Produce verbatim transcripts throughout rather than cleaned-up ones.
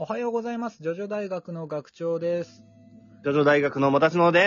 おはようございます。ジョジョ大学の学長です。 ジョジョ大学のもたちのです。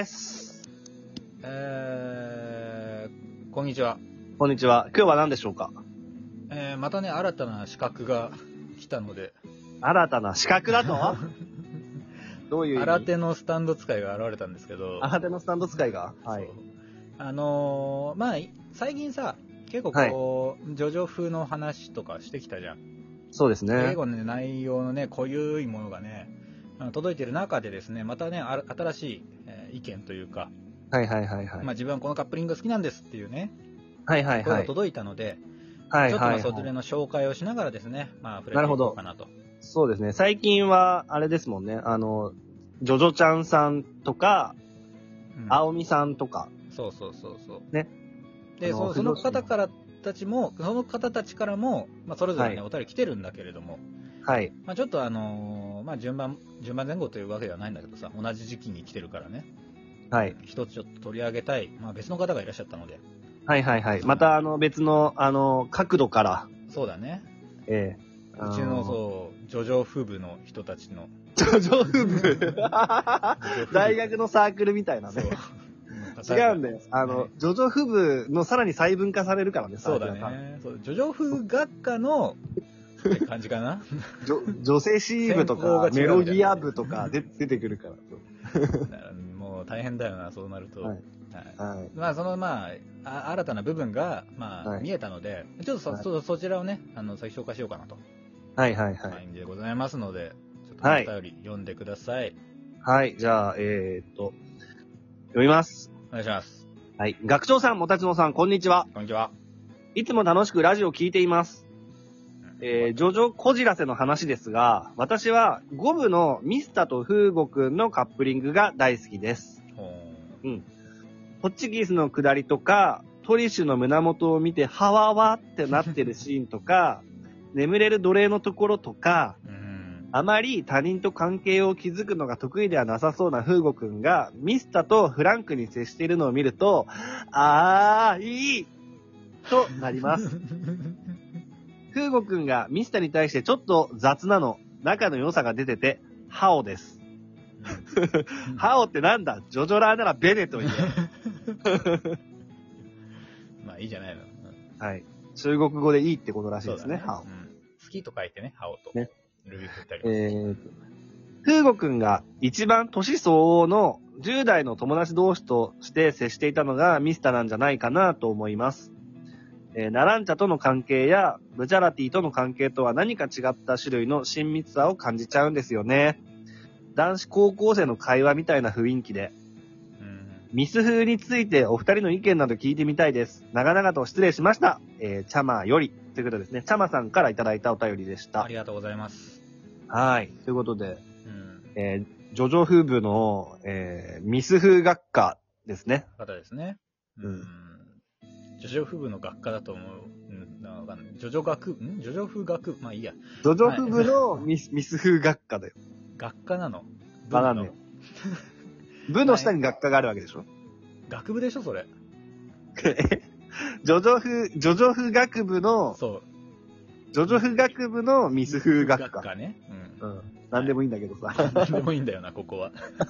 えー、こんにちは。 こんにちは。今日は何でしょうか？ えー、またね、新たな資格が来たので。 新たな資格だとどういう意味？ 新手のスタンド使いが現れたんですけど。 新手のスタンド使いがはい。 あのー、まあ、最近さ、結構こう、はい、ジョジョ風の話とかしてきたじゃん。 そうですね。 英語の、ね、内容のね、濃ゆいものがね、届いてる中でですね、またね、新しい、えー、意見というか、 はいはいはいはい。 まあ自分はこのカップリング好きなんですっていうね、 はいはいはい。 声が届いたので、はいはいはい、ちょっとまあそれの紹介をしながらですね、まあ触れていこうかなと。 なるほど。そうですね。最近は、あれですもんね、あの、ジョジョちゃんさんとか、うん、青みさんとか。 そうそうそうそう。 ね。 で、そその方からたちも、その方たちからも、まあそれぞれね、はい、お便り来てるんだけれども、はい。まあちょっとあのー、まあ順番、順番前後というわけではないんだけどさ、同じ時期に来てるからね。はい。一つちょっと取り上げたい、まあ別の方がいらっしゃったので。 はいはいはい。またあの別の、あの、角度から。 そうだね。 ええー、うちのそう、ジョジョ風部の人たちの。 ジョジョ風部大学のサークルみたいなね。違うんだよ。あの、ね、ジョジョ風部のさらに細分化されるからね、 そうだね。そうジョジョ風学科の、って感じかな。 女性シー部とか、メロギア部とかで出てくるから。 もう大変だよな、そうなると。はい。 はい。 まあ、その、まあ、新たな部分が、まあ、はい、見えたので、ちょっとそ、はい、そ、そちらをね、あの、先紹介しようかなと。 はいはいはい。 はい。でございますので、ちょっとお便り読んでください。 はい。はい、じゃあ、えー、っと、読みます。 お願いします。 はい。学長さん、もたちのさん、こんにちは。 こんにちは。 いつも楽しくラジオを聞いています。えー、ジョジョこじらせの話ですが、私はご部のミスタとフーゴくんのカップリングが大好きです。うん。ホッチキスの下りとか、トリッシュの胸元を見てハワワってなってるシーンとか、眠れる奴隷のところとか、あまり他人と関係を築くのが得意ではなさそうなフーゴくんがミスタとフランクに接しているのを見ると、あー、いいとなります。フーゴくんがミスタに対してちょっと雑なの、仲の良さが出てて、ハオです。ハオってなんだ？ジョジョラーならベネと言え。 まあいいじゃないの。 はい。中国語でいいってことらしいですね、 ねハオ、 うん。好きと書いてね、ハオと。 ね。 ルビ振ったり。 えー、フーゴくんが一番年相応のじゅう代の友達同士として接していたのがミスタなんじゃないかなと思います。えー、ナランチャとの関係やブチャラティとの関係とは何か違った種類の親密さを感じちゃうんですよね。男子高校生の会話みたいな雰囲気で。うん、ミス風についてお二人の意見など聞いてみたいです。長々と失礼しました。えー、チャマより。ということですね。チャマさんからいただいたお便りでした。 ありがとうございます。 はい。ということで、うんえー、ジョジョ風部の、えー、ミス風学科ですね。 方ですね。うん。ジョジョ風部の学科だと思う。うん、なんかジョジョ学、んジョジョ風学、まあいいや。 ジョジョ風部のミス、はい、ミス風学科だよ。 学科なの？ わかんねえ。部の下に学科があるわけでしょ？ 学部でしょ、それ。 ジョジョ風、ジョジョ風学部の、そう。ジョジョ風学部のミス風学科。 学科ね。 うん。うん。なんでもいいんだけどさ。 はい、なんでもいいんだよな、ここは。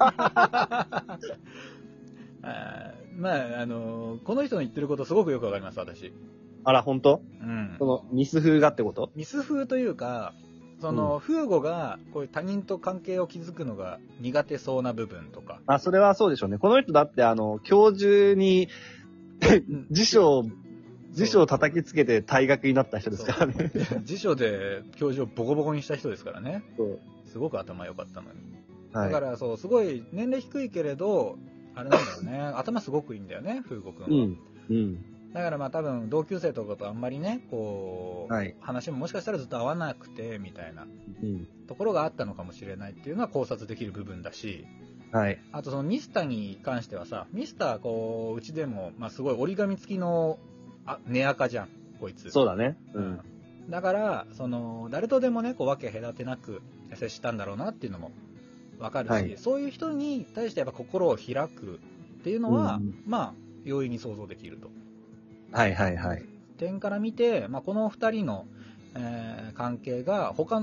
あまあ、あのー、この人の言ってることすごくよくわかります、私。 あら、ほんと？ うん。 その、ミス風がってこと？ ミス風というか、その、うん、フーゴが、こういう他人と関係を築くのが苦手そうな部分とか。 あ、それはそうでしょうね。この人だって、あの、教授に、辞書を、辞書を叩きつけて退学になった人ですからね。 辞書で教授をボコボコにした人ですからね。そうすごく頭良かったのに。はい、だからそう、すごい年齢低いけれど、あれなんだよね。頭すごくいいんだよね、フーゴくんは。うん。うん。だからまあ多分同級生とかとあんまりね、こう、はい、話ももしかしたらずっと合わなくて、みたいな、うん、ところがあったのかもしれないっていうのは考察できる部分だし、はい。あとそのミスタに関してはさ、ミスターこう、うちでも、まあすごい折り紙付きの、あ、根垢じゃん、こいつ。 そうだね。 うん。だから、その、誰とでもね、こう、分け隔てなく接したんだろうなっていうのもわかるし、はい、そういう人に対してやっぱ心を開くっていうのは、うん、まあ、容易に想像できると。 はいはいはい。 点から見て、まあ、この二人の、えー、関係が他の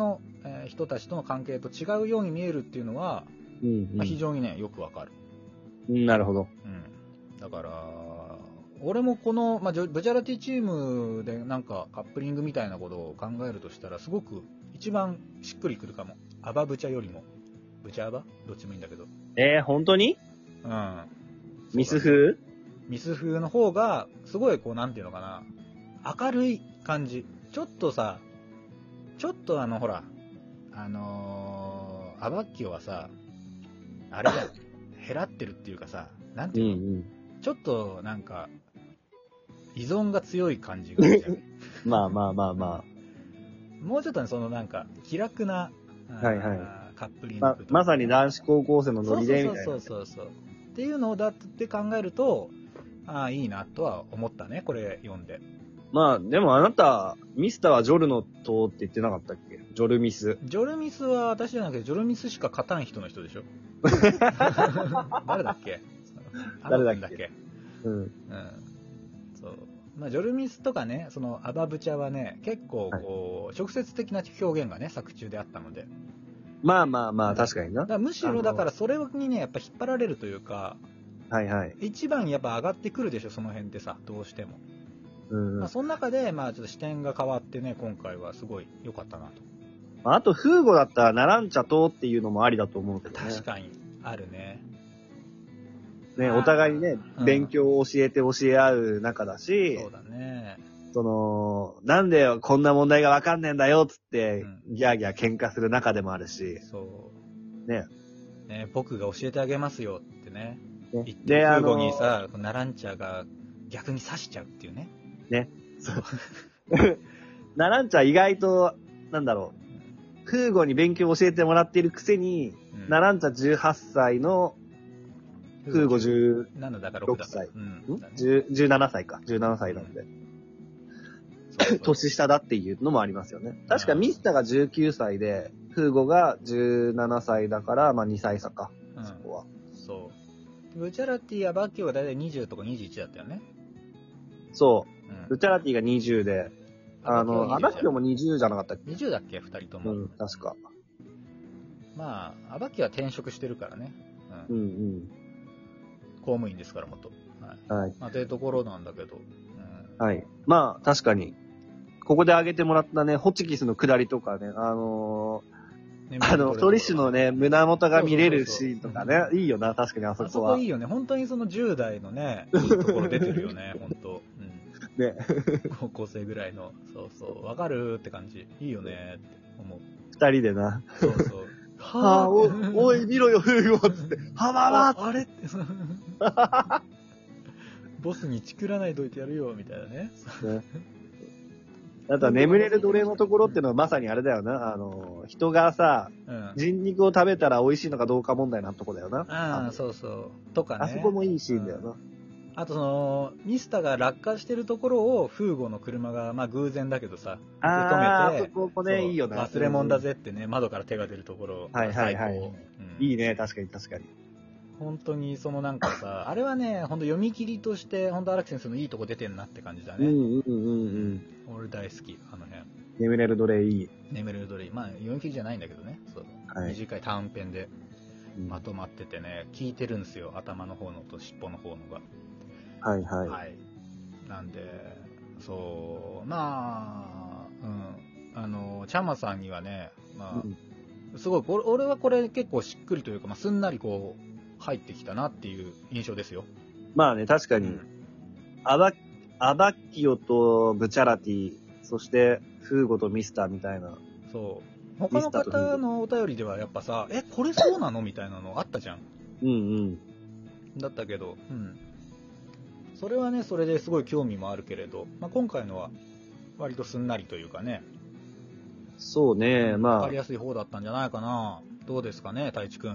えー、人たちとの関係と違うように見えるっていうのは、うんうん、まあ、非常にね、よくわかる。 なるほど。 うん。だから、俺もこの、まあ、ブチャラティチームでなんかカップリングみたいなことを考えるとしたら、すごく一番しっくりくるかも。アバブチャよりも。ブチャアバどっちもいいんだけど。 えー、本当に？うん。ミス風？ ミス風の方が、すごいこう、なんていうのかな。明るい感じ。ちょっとさ、ちょっとあの、ほら、あのー、アバッキオはさ、あれだよ。減らってるっていうかさ、なんていうの、うんうん、ちょっとなんか、依存が強い感じがするじゃん。 まあまあまあまあ。もうちょっとね、そのなんか、気楽な、 はいはい、 カップリングま。まさに男子高校生のノリでみたいな。 そうそうそうそう。っていうのをだって考えると、ああ、いいなとは思ったね、これ読んで。 まあ、でもあなた、ミスターはジョルノとって言ってなかったっけ？ジョルミス。 ジョルミスは私じゃなくて、ジョルミスしか勝たん人の人でしょ誰だっけ誰だっけうん。うん。 そう。まあ、ジョルミスとかね、そのアバブチャはね、結構こう、はい、直接的な表現がね、作中であったので。 まあまあまあ、確かにな。 だからむしろだからそれにね、やっぱ引っ張られるというか、 はいはい。 一番やっぱ上がってくるでしょ、その辺ってさ、どうしても。うん。まあ、その中で、まあちょっと視点が変わってね、今回はすごい良かったなと。 あと、フーゴだったらナランチャとっていうのもありだと思うけどね。 確かに、あるね。 ね、お互いにね、うん、勉強を教えて教え合う仲だし、 そうだね。 その、なんでこんな問題がわかんねえんだよっつって、うん、ギャーギャー喧嘩する仲でもあるし、 そう。 ね。 ね、僕が教えてあげますよってね。ね言ってフーゴにさ、ナランチャが逆に刺しちゃうっていうね。 ね。そう。ナランチャ意外と、なんだろう、フーゴに勉強を教えてもらっているくせに、うん、ナランチャじゅうはっさいの、フーゴじゅうろくさい。うん、じゅうななさいか。じゅうななさいなんで。うん、そうそう年下だっていうのもありますよね。確かミスタがじゅうきゅうさいで、フーゴがじゅうななさいだから、まあにさい差か。うん、そこは。 そう。ブチャラティやバッキオがだいたいにじゅうとかにじゅういちだったよね。 そう。うん、ブチャラティがにじゅうで、あの、アバッキオもにじゅうじゃなかったっけ？ にじゅう だっけ二人とも。 うん、確か。 まあ、アバッキオは転職してるからね。 うん、うん、うん。 公務員ですから、元。はい。はい。まあ、というところなんだけど。 うん、はい。まあ、確かに。ここで挙げてもらったね、ホチキスの下りとかね、あのー、ね、あの、トリッシュのね、胸元が見れるシーンとかね、いいよな、確かにあそこは。あそこいいよね。本当にそのじゅう代のね、いいところ出てるよね、本当。うん、 ね。 高校生ぐらいの、そうそう、わかるって感じ。いいよねって思う。 二人でな。 そうそう。 はぁ、お、おい、見ろよ、フーゴつって。はままあれって。ボスにチクらないといてやるよ、みたいなね。ねあとは眠れる奴隷のところっていうのはまさにあれだよな。あの、人がさ、うん、人肉を食べたら美味しいのかどうか問題なとこだよな。 ああ、そうそう。とかね。 あそこもいいシーンだよな。うん、 あとその、ミスタが落下してるところをフーゴの車が、まあ偶然だけどさ、 受け止めて、ああ、そこもね、いいよな。 忘れ物だぜってね、窓から手が出るところ。 はいはいはい。うん、いいね、確かに確かに。 本当にそのなんかさ、あれはね、本当読み切りとして、本当荒木先生のいいとこ出てんなって感じだね。 うんうんうんうん。 俺大好き、あの辺。 眠れる奴隷いい。 眠れる奴隷いい。まあ読み切りじゃないんだけどね。そう。はい、短い短編でまとまっててね、聞いてるんですよ。頭の方のと尻尾の方のが。 はいはい。 はい。なんで、そう、まあ、うん。あの、チャマさんにはね、まあ、うん、すごい、俺はこれ結構しっくりというか、まあ、すんなりこう、入ってきたなっていう印象ですよ。 まあね、確かに、うん、アバ、アバッキオとブチャラティ、そしてフーゴとミスターみたいな。 そう。他の方のお便りではやっぱさ、え、これそうなのみたいなのあったじゃん。 うんうん。 だったけど、うん。それはね、それですごい興味もあるけれど、まあ、今回のは割とすんなりというかね。 そうね、まあ。 わかりやすい方だったんじゃないかな。どうですかね、太一くん。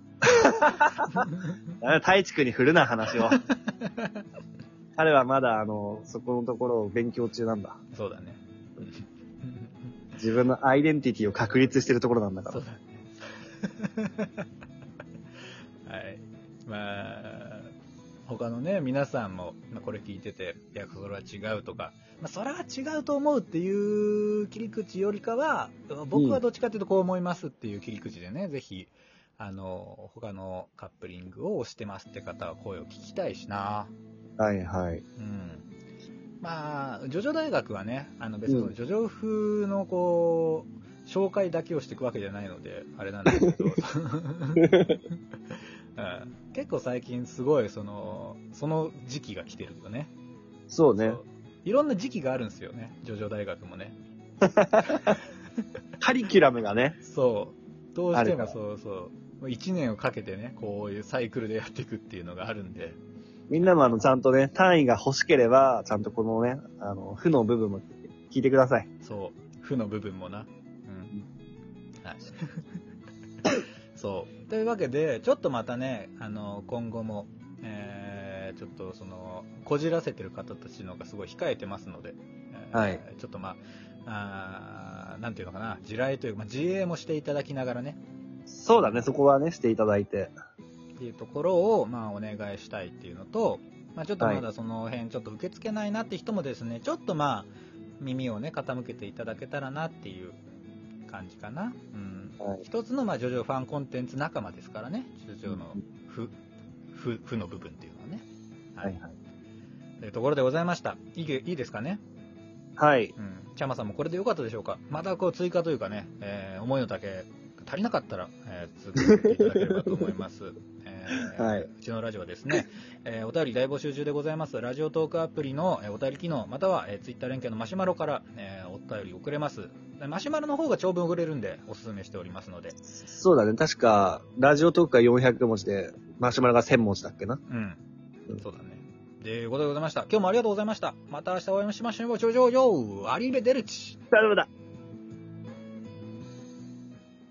太一くんに振るな、話を。彼はまだ、あの、そこのところを勉強中なんだ。 そうだね。 自分のアイデンティティを確立してるところなんだから。 そうだね。はい。まあ、 他のね、皆さんも、まあ、これ聞いてて、いや、それは違うとか、まあ、それは違うと思うっていう切り口よりかは、僕はどっちかっていうとこう思いますっていう切り口でね、うん、ぜひ、あの、他のカップリングを推してますって方は声を聞きたいしな。 はいはい。 うん。まあ、ジョジョ大学はね、あの別にジョジョ風のこう、紹介だけをしていくわけじゃないので、あれなんだけど、うん、結構最近すごいその、その時期が来てるよね。 そうね。そういろんな時期があるんですよね、ジョジョ大学もね。 カリキュラムがね。 そう。どうしてもそうそう。いちねんをかけてね、こういうサイクルでやっていくっていうのがあるんで。みんなもあの、ちゃんとね、単位が欲しければ、ちゃんとこのね、あの、負の部分も聞いてください。 そう。負の部分もな。うん。はい。そう。というわけで、ちょっとまたね、あの、今後も、えー、ちょっとその、こじらせてる方たちのがすごい控えてますので、えー、 はい。 ちょっとまあ、あなんていうのかな、地雷というか、まあ、自衛もしていただきながらね。 そうだね、そこはね、していただいて。 っていうところを、まあ、お願いしたいっていうのと、まあ、ちょっとまだその辺、ちょっと受け付けないなって人もですね、ちょっとまあ、耳をね、傾けていただけたらなっていう感じかな。うん。はい、一つの、まあ、ジョジョファンコンテンツ仲間ですからね、ジョジョの負、負、負の部分っていうのはね。はい、はい、はい。というところでございました。いい、いいですかね？ はい。 うん。チャマさんもこれでよかったでしょうか？またこう追加というかね、えー、思いの丈足りなかったら、えー、続けていただければと思います。えーはい、うちのラジオはですね、えー、お便り大募集中でございます。ラジオトークアプリの、えー、お便り機能、または、えー、ツイッター連携のマシュマロから、えー、お便り送れます。マシュマロの方が長文送れるんで、おすすめしておりますので。 そうだね。確か、ラジオトークがよんひゃくもじで、マシュマロがせんもじだっけな。 うん。うん、そうだね。ということでございました。今日もありがとうございました。また明日お会いしましょう。ジョジョジョアリーベデルチ。 ダメだ。